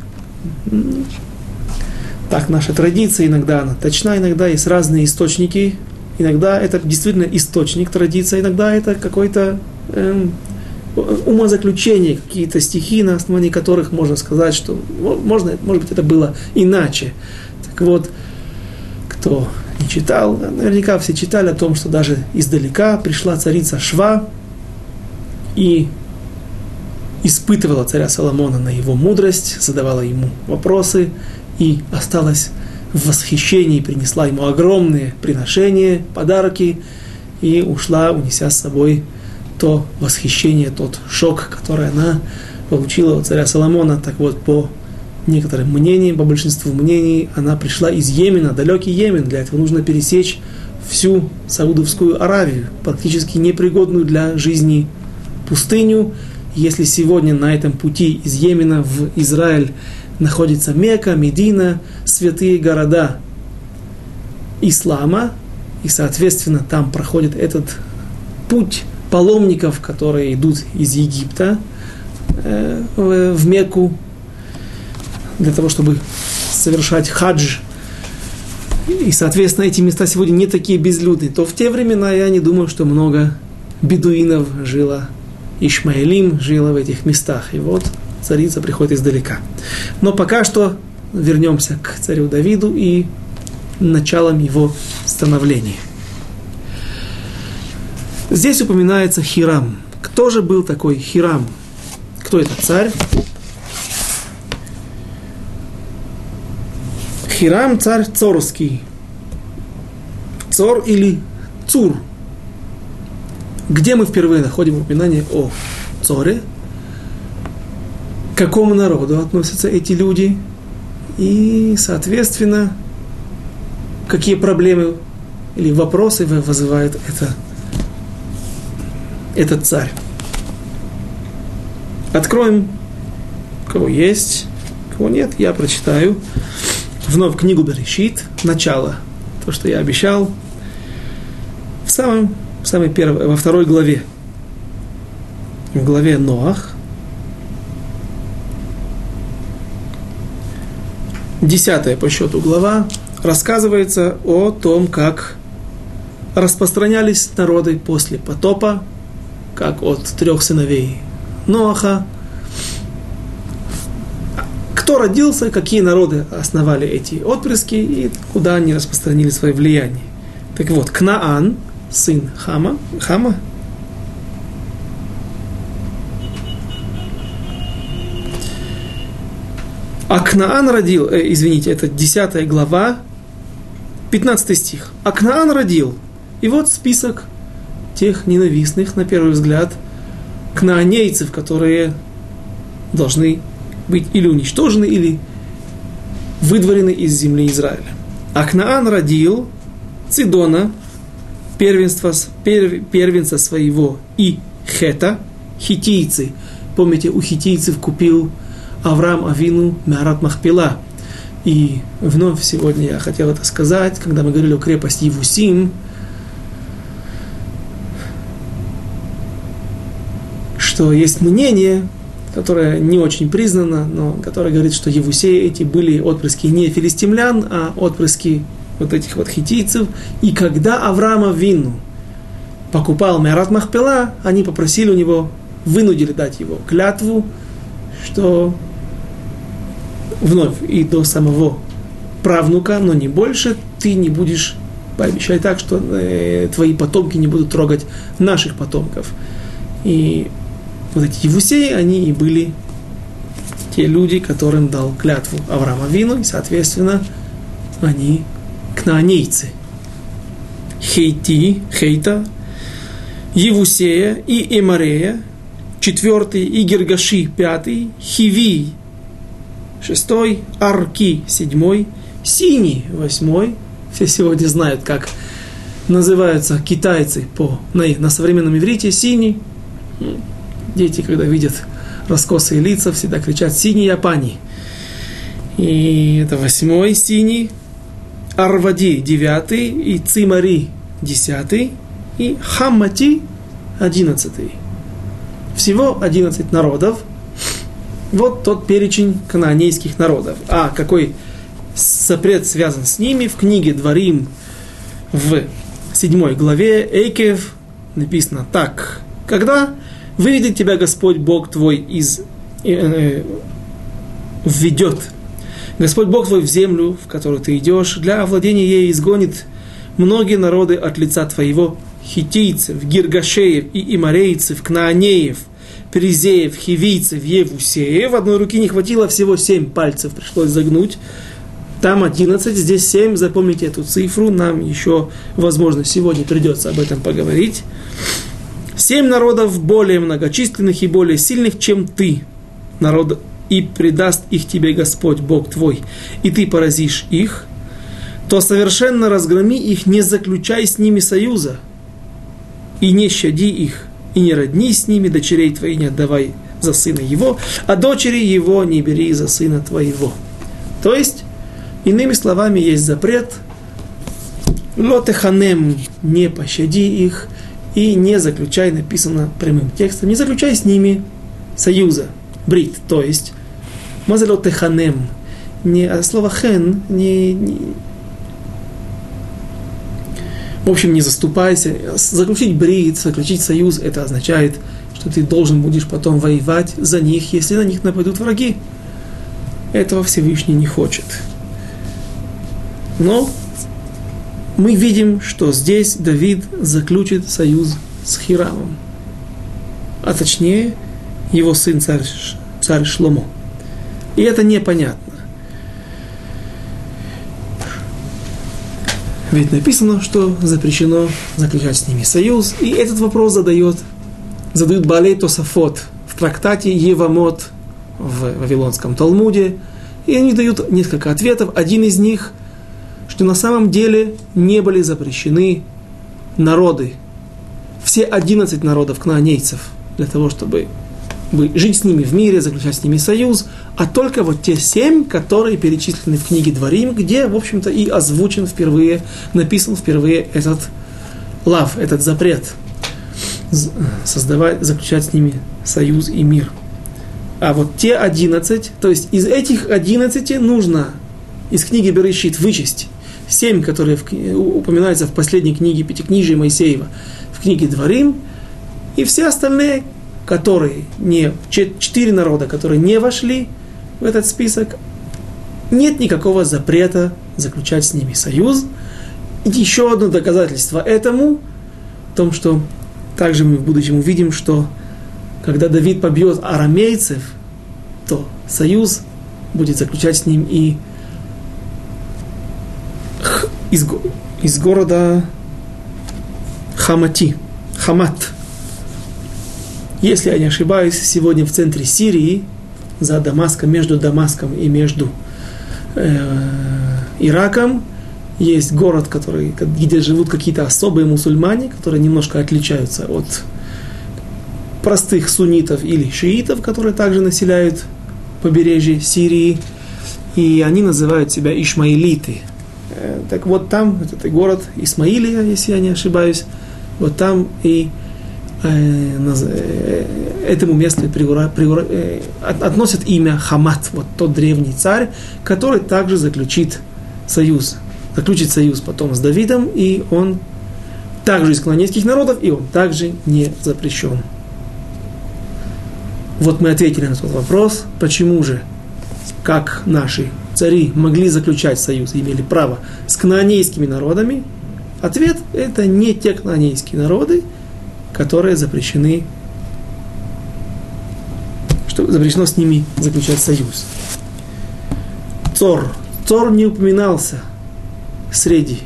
Так, наша традиция иногда она точна, иногда есть разные источники. Иногда это действительно источник традиции, иногда это какое-то умозаключение, какие-то стихи, на основании которых можно сказать, что может быть, это было иначе. Так вот, кто не читал, наверняка все читали о том, что даже издалека пришла царица Шва и испытывала царя Соломона на его мудрость, задавала ему вопросы и осталась в восхищении, принесла ему огромные приношения, подарки и ушла, унеся с собой то восхищение, тот шок, который она получила от царя Соломона. Так вот, по некоторым мнениям, по большинству мнений, она пришла из Йемена, далекий Йемен. Для этого нужно пересечь всю Саудовскую Аравию, практически непригодную для жизни пустыню. Если сегодня на этом пути из Йемена в Израиль находится Мекка, Медина, святые города ислама, и, соответственно, там проходит этот путь паломников, которые идут из Египта в Мекку для того, чтобы совершать хадж. И, соответственно, эти места сегодня не такие безлюдные. То в те времена я не думаю, что много бедуинов жило, Ишмаэлим жило в этих местах. И вот царица приходит издалека. Но пока что вернемся к царю Давиду и началом его становления. Здесь упоминается Хирам. Кто же был такой Хирам? Кто это царь? Хирам – царь цорский. Цор или Цур. Где мы впервые находим упоминание о Цоре? К какому народу относятся эти люди? И, соответственно, какие проблемы или вопросы вызывает этот царь. Откроем, кого есть, кого нет, я прочитаю. Вновь книгу Берешит, начало, то, что я обещал, во второй главе, в главе Ноах, 10 по счету глава, рассказывается о том, как распространялись народы после потопа, как от 3 сыновей Ноаха, кто родился, какие народы основали эти отпрыски и куда они распространили свое влияние. Так вот, Кнаан, сын Хама, а Кнаан родил, это 10 глава, 15 стих. А Кнаан родил, и вот список тех ненавистных, на первый взгляд, кнаанейцев, которые должны быть или уничтожены, или выдворены из земли Израиля. А Кнаан родил Цидона, первенца своего, и Хета, хиттийцы. Помните, у хиттийцев купил Авраам Авину Меарат Махпела. И вновь сегодня я хотел это сказать, когда мы говорили о крепости Евусим, что есть мнение, которое не очень признано, но которое говорит, что Евусеи эти были отпрыски не филистимлян, а отпрыски вот этих вот хиттийцев. И когда Авраам Авину покупал Меарат Махпела, они попросили у него, вынудили дать его клятву, что вновь и до самого правнука, но не больше, ты не будешь, пообещай так, что твои потомки не будут трогать наших потомков. И вот эти Евусеи, они и были те люди, которым дал клятву Авраам Авину, и, соответственно, они кнаанейцы. Хейта, Евусея и Эмарея, 4, и Гиргаши, 5, Хиви, 6, Арки, 7, Сини, 8. Все сегодня знают, как называются китайцы на современном иврите. Сини. Дети, когда видят раскосые лица, всегда кричат «Сини Япани». И это 8 Сини, Арвади 9, и Цимари 10, и Хаммати 11. Всего 11 народов. Вот тот перечень кнаанейских народов. А какой запрет связан с ними? В книге Дворим в 7 главе Эйкев написано так. Когда выведет тебя Господь Бог твой введет Господь Бог твой в землю, в которую ты идешь, для овладения ей изгонит многие народы от лица твоего, хиттийцев, гиргашеев и имарейцев, кнаанеев, перезеев, хивийцев, евусеев. В одной руке не хватило, всего 7 пальцев пришлось загнуть. Там 11, здесь 7. Запомните эту цифру, нам еще, возможно, сегодня придется об этом поговорить. 7 народов более многочисленных и более сильных, чем ты, народ, и предаст их тебе Господь Бог твой, и ты поразишь их, то совершенно разгроми их, не заключай с ними союза, и не щади их, и не родни с ними, дочерей твоих не отдавай за сына его, а дочери его не бери за сына твоего. То есть, иными словами, есть запрет лотеханем, не пощади их, и не заключай, написано прямым текстом, не заключай с ними союза, брит, то есть, мазалотеханем, не слово хен, в общем, не заступайся. Заключить брит, заключить союз, это означает, что ты должен будешь потом воевать за них, если на них нападут враги. Этого Всевышний не хочет. Но мы видим, что здесь Давид заключит союз с Хирамом. А точнее, его сын царь Шломо. И это непонятно. Ведь написано, что запрещено заключать с ними союз. И этот вопрос задают Баалей Тосафот в трактате Евамот в Вавилонском Талмуде. И они дают несколько ответов. Один из них, что на самом деле не были запрещены народы. Все 11 народов кнаанейцев для того, чтобы жить с ними в мире, заключать с ними союз, а только вот те 7, которые перечислены в книге Дворим, где, в общем-то, и озвучен впервые, написан впервые этот лав, этот запрет, заключать с ними союз и мир. А вот те 11, то есть из этих 11 нужно из книги Берешит вычесть 7, которые упоминаются в последней книге Пятикнижия Моисеева, в книге Дворим, и все остальные, которые 4 народа, которые не вошли в этот список, нет никакого запрета заключать с ними союз. И еще одно доказательство этому, в том, что также мы в будущем увидим, что когда Давид побьет арамейцев, то союз будет заключать с ним и из города Хамат. Если я не ошибаюсь, сегодня в центре Сирии, за Дамаском, между Дамаском и между Ираком, есть город, где живут какие-то особые мусульмане, которые немножко отличаются от простых суннитов или шиитов, которые также населяют побережье Сирии, и они называют себя ишмаилиты. Так вот там, это город Исмаилия, если я не ошибаюсь, вот там и этому месту относят имя Хамат, вот тот древний царь, который также заключит союз потом с Давидом, и он также из кнаанейских народов, и он также не запрещен. Вот мы ответили на тот вопрос, почему же, как наши цари могли заключать союз, имели право с кнаанейскими народами. Ответ – это не те кнаанейские народы, которые запрещено с ними заключать союз. Цор не упоминался среди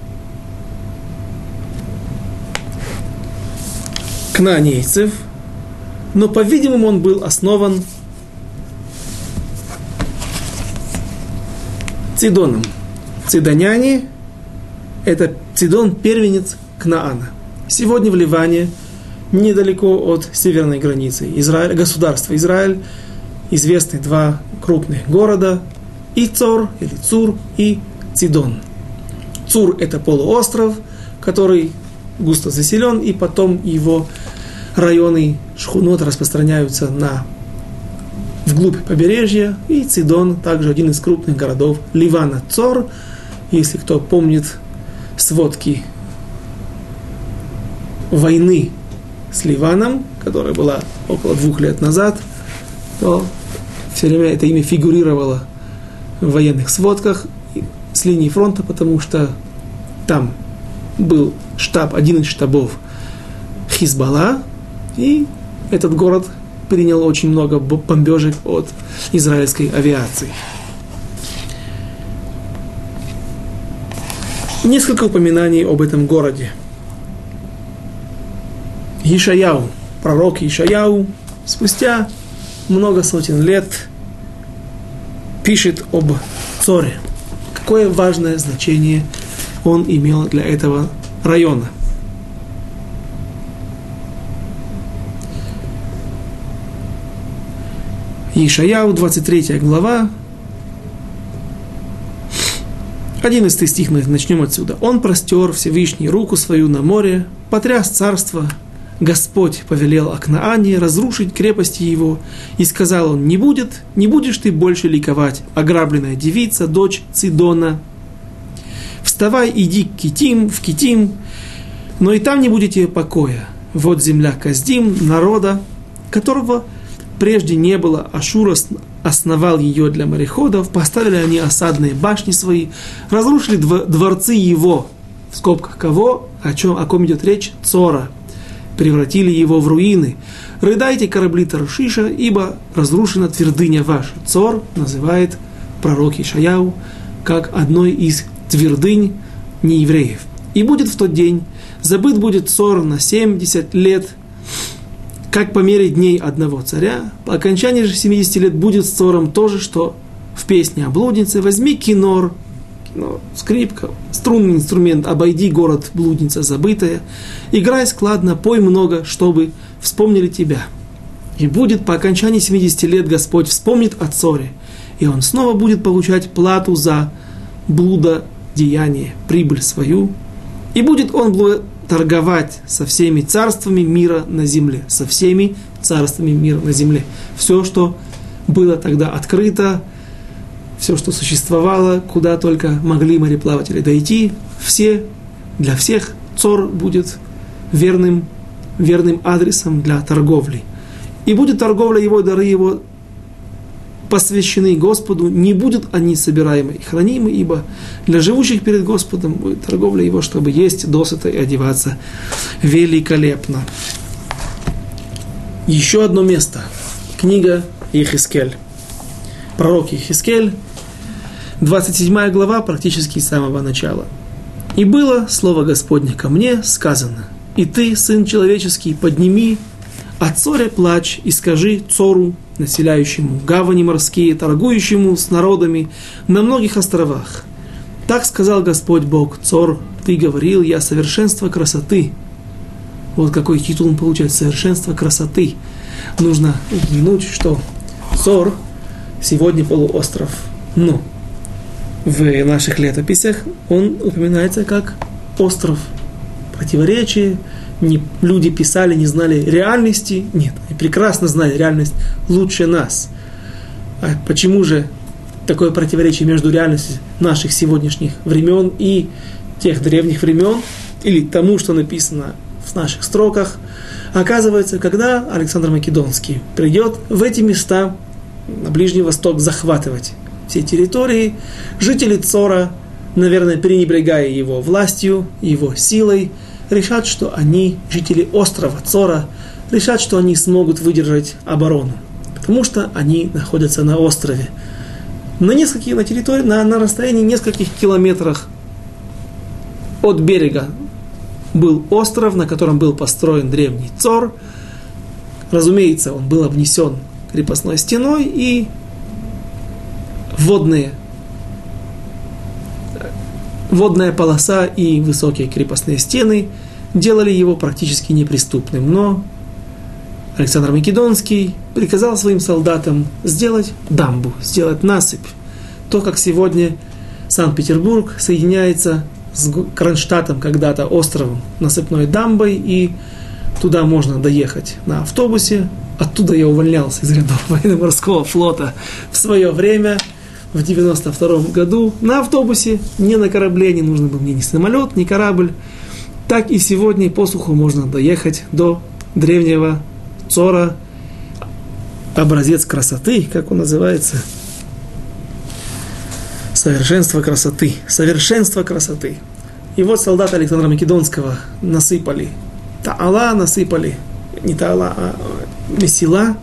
кнаанейцев, но, по-видимому, он был основан Цидоном. Цидоняне – это Цидон, первенец Кнаана. Сегодня в Ливане, недалеко от северной границы государства Израиль, известны 2 крупных города – и Цор, или Цур, и Цидон. Цур – это полуостров, который густо заселен, и потом его районы шхунот распространяются в вглубь побережья, и Цидон, также один из крупных городов Ливана. Цор, если кто помнит сводки войны с Ливаном, которая была около 2 лет назад, то все время это имя фигурировало в военных сводках с линии фронта, потому что там был штаб, один из штабов Хизбалла, и этот город принял очень много бомбежек от израильской авиации. Несколько упоминаний об этом городе. Ишаяу, пророк Ишаяу, спустя много сотен лет пишет об Цоре. Какое важное значение он имел для этого района. Ишаяу, 23 глава, 11 стих, мы начнем отсюда. «Он простер Всевышний руку свою на море, потряс царство, Господь повелел Акнаане разрушить крепости его, и сказал он: не будешь ты больше ликовать, ограбленная девица, дочь Цидона. Вставай, иди в Китим, но и там не будет тебе покоя. Вот земля Каздим, народа, которого прежде не было, Ашур основал ее для мореходов, поставили они осадные башни свои, разрушили дворцы его». В скобках кого? О ком идет речь? Цора. Превратили его в руины. «Рыдайте, корабли Таршиша, ибо разрушена твердыня ваша». Цор называет пророк Ишаяу как одной из твердынь неевреев. «И будет в тот день, забыт будет Цор на 70 лет, как по мере дней одного царя. По окончании же 70 лет будет с Цором то же, что в песне о блуднице. Возьми кинор, скрипка, струнный инструмент, обойди город, блудница забытая, играй складно, пой много, чтобы вспомнили тебя. И будет по окончании 70 лет Господь вспомнит о Цоре, и он снова будет получать плату за блудодеяние, прибыль свою, и будет он торговать со всеми царствами мира на земле, со всеми царствами мира на земле. Все, что было тогда открыто, все, что существовало, куда только могли мореплаватели дойти, для всех Цор будет верным адресом для торговли. И будет торговля его, дары его посвящены Господу, не будут они собираемы и хранимы, ибо для живущих перед Господом будет торговля его, чтобы есть досыта и одеваться великолепно. Еще одно место. Книга Йехескель. Пророк Йехескель, 27 глава, практически с самого начала. «И было слово Господне ко мне, сказано: и ты, сын человеческий, подними о Цоре плач и скажи Цору, населяющему гавани морские, торгующему с народами на многих островах. Так сказал Господь Бог: Цор, ты говорил, я совершенство красоты». Вот какой титул он получает: совершенство красоты. Нужно упомянуть, что Цор сегодня полуостров, но в наших летописях он упоминается как остров. Противоречие, люди писали, не знали реальности. Нет, они прекрасно знали реальность лучше нас. А почему же такое противоречие между реальностью наших сегодняшних времен и тех древних времен, или тому, что написано в наших строках? Оказывается, когда Александр Македонский придет в эти места, на Ближний Восток, захватывать все территории, жители Цора, наверное, пренебрегая его властью, его силой, решат, что они, жители острова Цора, решат, что они смогут выдержать оборону, потому что они находятся на острове. На территории, на расстоянии нескольких километрах от берега был остров, на котором был построен древний Цор. Разумеется, он был обнесен крепостной стеной, и водная полоса и высокие крепостные стены делали его практически неприступным. Но Александр Македонский приказал своим солдатам сделать дамбу, сделать насыпь. То, как сегодня Санкт-Петербург соединяется с Кронштадтом, когда-то островом, насыпной дамбой, и Туда можно доехать на автобусе. Оттуда я увольнялся из рядов военно-морского флота в свое время, в 1992 году, на автобусе, не на корабле, не нужно был мне ни самолет, ни корабль. Так и сегодня по суху можно доехать до древнего Цора, образец красоты, как он называется, совершенство красоты, совершенство красоты. И вот солдаты Александра Македонского насыпали таала, насыпали, не таала, а месила,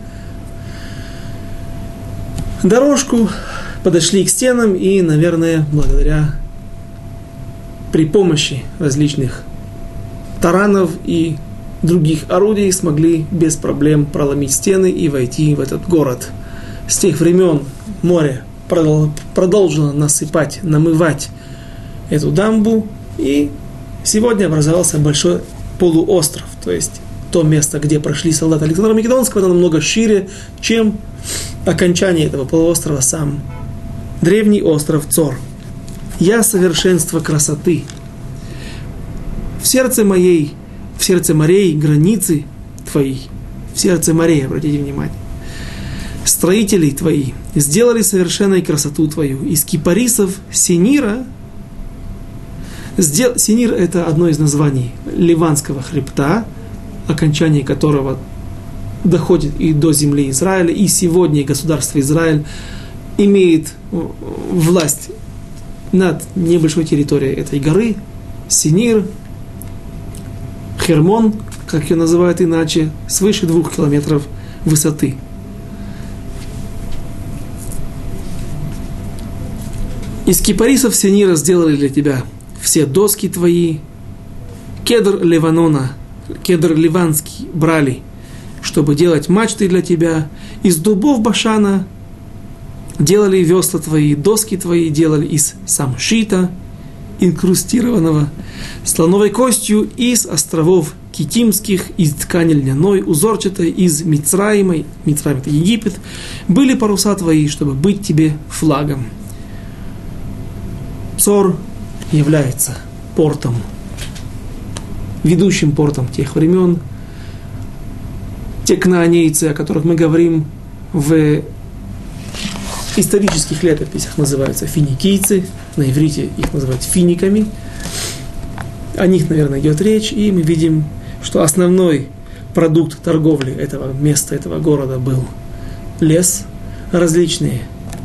дорожку, подошли к стенам и, наверное, благодаря, при помощи различных таранов и других орудий смогли без проблем проломить стены и войти в этот город. С тех времен море продолжило насыпать, намывать эту дамбу, и сегодня образовался большой полуостров, то есть то место, где прошли солдаты Александра Македонского, это намного шире, чем окончание этого полуострова сам древний остров Цор. Я совершенство красоты. В сердце морей границы твои, в сердце морей, обратите внимание, строители твои сделали совершенной красоту твою. Из кипарисов Синира, Синир — это одно из названий Ливанского хребта, окончание которого доходит и до земли Израиля, и сегодня государство Израиль имеет власть над небольшой территорией этой горы, Синир, Хермон, как ее называют иначе, свыше 2 километров высоты. Из кипарисов Синира сделали для тебя все доски твои, кедр Ливанона, кедр ливанский брали, чтобы делать мачты для тебя, из дубов Башана делали весла твои, доски твои делали из самшита, инкрустированного слоновой костью, из островов Китимских, из ткани льняной, узорчатой, из Мицраима, Мицраим — это Египет, были паруса твои, чтобы быть тебе флагом. Цор является портом, ведущим портом тех времен. Те кнаанейцы, о которых мы говорим в исторических летописях, называются финикийцы, на иврите их называют финиками. О них, наверное, идет речь, и мы видим, что основной продукт торговли этого места, этого города был лес, различные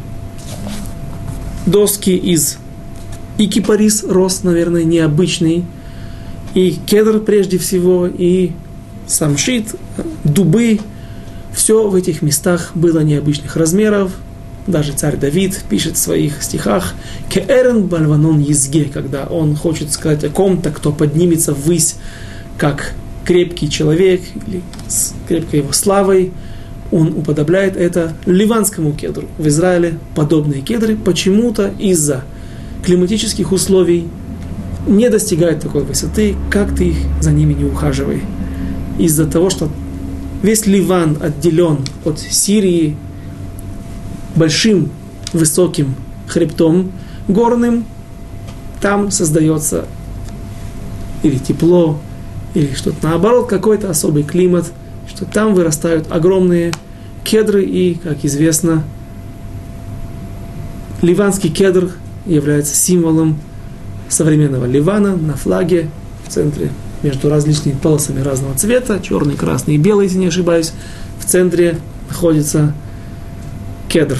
доски из и кипарис рос, наверное, необычный, и кедр прежде всего, и самшит, дубы. Все в этих местах было необычных размеров. Даже царь Давид пишет в своих стихах «Кеэрен бальванон езге», когда он хочет сказать о ком-то, кто поднимется ввысь, как крепкий человек, или с крепкой его славой. Он уподобляет это ливанскому кедру. В Израиле подобные кедры почему-то из-за климатических условий не достигают такой высоты, как ты за ними не ухаживай. Из-за того, что весь Ливан отделен от Сирии большим высоким хребтом горным, там создается или тепло, или что-то наоборот, какой-то особый климат, что там вырастают огромные кедры, и, как известно, ливанский кедр является символом современного Ливана на флаге в центре, между различными полосами разного цвета, черный, красный и белый, если не ошибаюсь, в центре находится кедр.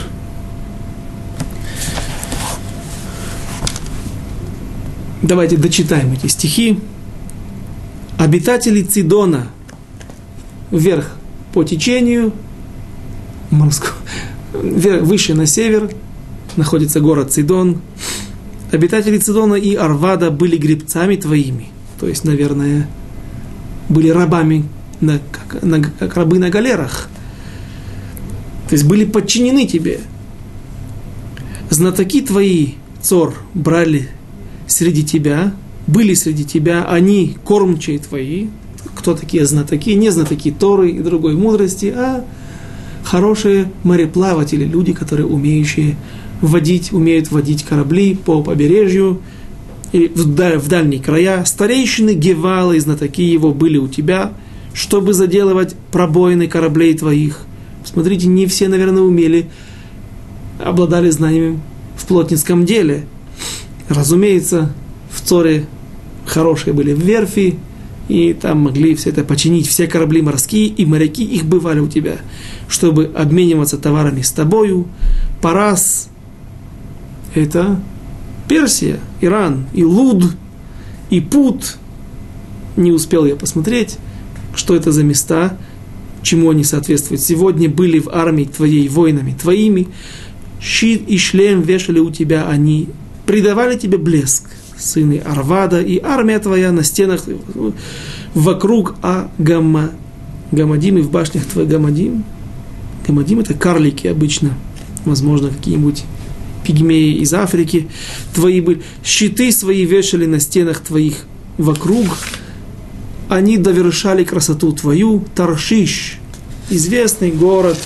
Давайте дочитаем эти стихи. Обитатели Цидона вверх по течению, выше на север находится город Цидон. Обитатели Цидона и Арвада были гребцами твоими, то есть, наверное, были рабами, как рабы на галерах, то есть были подчинены тебе. Знатоки твои, Цор, брали среди тебя, были среди тебя, они кормчие твои. Кто такие знатоки? Не знатоки Торы и другой мудрости, а хорошие мореплаватели, люди, которые умеют водить корабли по побережью и в дальние края. Старейшины Гевала и знатоки его были у тебя, чтобы заделывать пробоины кораблей твоих. Смотрите, не все, наверное, обладали знаниями в плотницком деле. Разумеется, в Цоре хорошие были верфи, и там могли все это починить. Все корабли морские и моряки, их бывали у тебя, чтобы обмениваться товарами с тобою. Парас – это Персия, Иран, и Луд, и Пут. Не успел я посмотреть, что это за места, чему они соответствуют. Сегодня были в армии твоей воинами твоими. Щит и шлем вешали у тебя они, придавали тебе блеск, сыны Арвада, и армия твоя на стенах вокруг Гамадим, и в башнях твоих Гамадим. Гамадим – это карлики обычно, возможно, какие-нибудь пигмеи из Африки твои были. Щиты свои вешали на стенах твоих вокруг, они довершали красоту твою. Таршиш, известный город,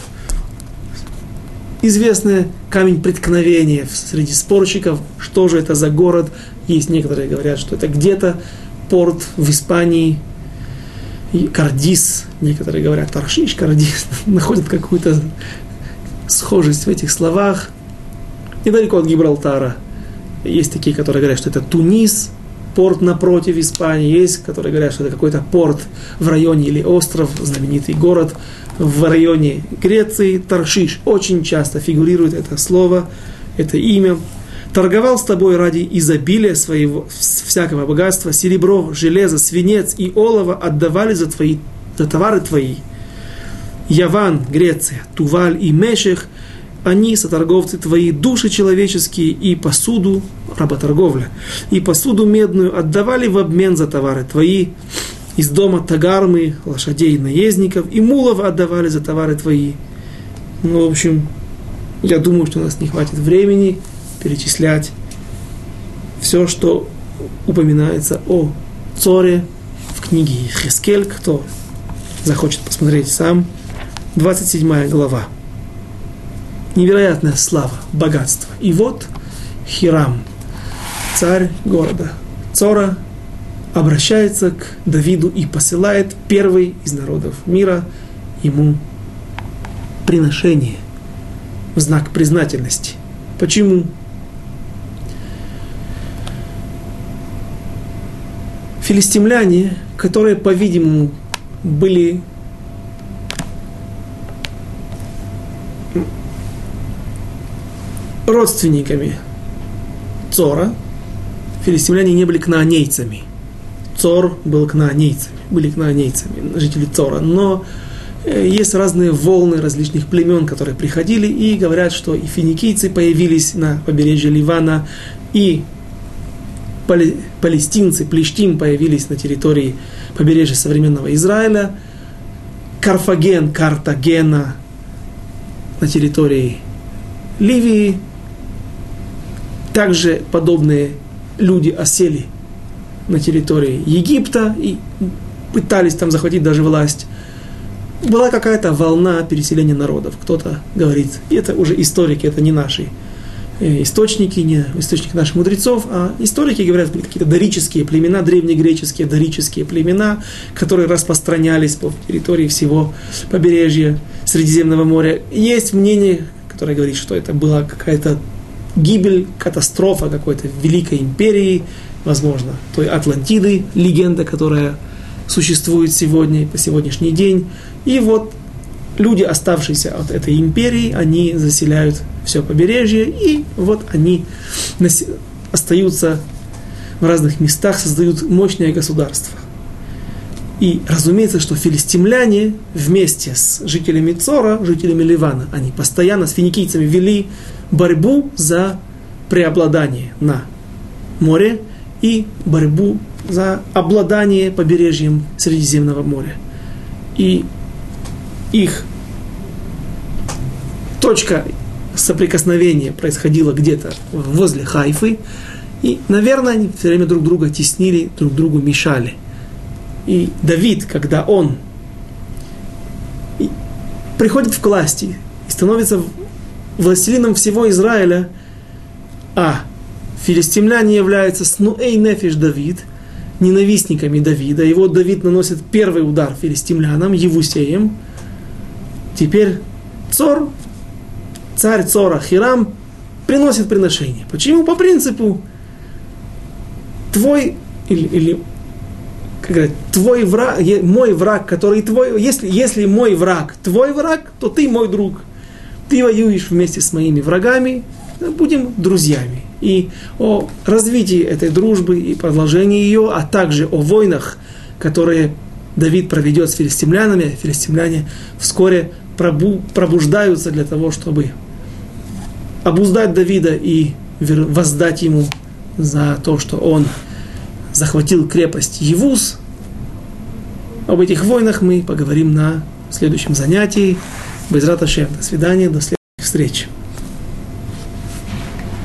известный камень преткновения среди спорщиков. Что же это за город? Есть некоторые говорят, что это где-то порт в Испании, и Кардис. Некоторые говорят Таршиш, Кардис. Находят какую-то схожесть в этих словах. Недалеко от Гибралтара. Есть такие, которые говорят, что это Тунис, порт напротив Испании. Есть, которые говорят, что это какой-то порт в районе или остров, знаменитый город в районе Греции. Таршиш. Очень часто фигурирует это слово, это имя. Торговал с тобой ради изобилия своего, всякого богатства. Серебро, железо, свинец и олово отдавали за товары твои. Яван, Греция, Туваль и Мешех, они, соторговцы твои, души человеческие и посуду, работорговля, и посуду медную отдавали в обмен за товары твои. Из дома тагармы, лошадей, наездников и мулов отдавали за товары твои. Ну, в общем, я думаю, что у нас не хватит времени перечислять все, что упоминается о Цоре в книге Йехескель. Кто захочет посмотреть сам. 27 глава. Невероятная слава, богатство. И вот Хирам, царь города Цора, обращается к Давиду и посылает первый из народов мира ему приношение в знак признательности. Почему? Филистимляне, которые, по-видимому, были родственниками Цора, филистимляне не были кнаанейцами. Цор был кнаанейцами, были кнаанейцами, жители Цора. Но есть разные волны различных племен, которые приходили и говорят, что и финикийцы появились на побережье Ливана, и палестинцы, плештим появились на территории побережья современного Израиля, Картагена на территории Ливии. Также подобные люди осели на территории Египта и пытались там захватить даже власть. Была какая-то волна переселения народов. Кто-то говорит, и это уже историки, это не наши источники, не источники наших мудрецов, а историки говорят, были какие-то дорические племена, древнегреческие дорические племена, которые распространялись по территории всего побережья Средиземного моря. Есть мнение, которое говорит, что это была какая-то гибель, катастрофа какой-то великой империи, возможно, той Атлантиды, легенда, которая существует сегодня, по сегодняшний день. И вот люди, оставшиеся от этой империи, они заселяют все побережье, и вот они остаются в разных местах, создают мощное государство. И разумеется, что филистимляне вместе с жителями Цора, жителями Ливана, они постоянно с финикийцами вели борьбу за преобладание на море и борьбу за обладание побережьем Средиземного моря. И их точка соприкосновения происходила где-то возле Хайфы, и, наверное, они все время друг друга теснили, друг другу мешали. И Давид, когда он приходит к власти и становится властелином всего Израиля, а филистимляне являются снуэй нефиш Давид, ненавистниками Давида. И вот Давид наносит первый удар филистимлянам, Евусеям. Теперь царь Цора Хирам приносит приношение. Почему? По принципу твой враг, мой враг, который твой, если мой враг твой враг, то ты мой друг. Ты воюешь вместе с моими врагами, будем друзьями. И о развитии этой дружбы и продолжении ее, а также о войнах, которые Давид проведет с филистимлянами. Филистимляне вскоре пробуждаются для того, чтобы обуздать Давида и воздать ему за то, что он захватил крепость Евус. Об этих войнах мы поговорим на следующем занятии. Безрат Ашем. До свидания, до следующих встреч.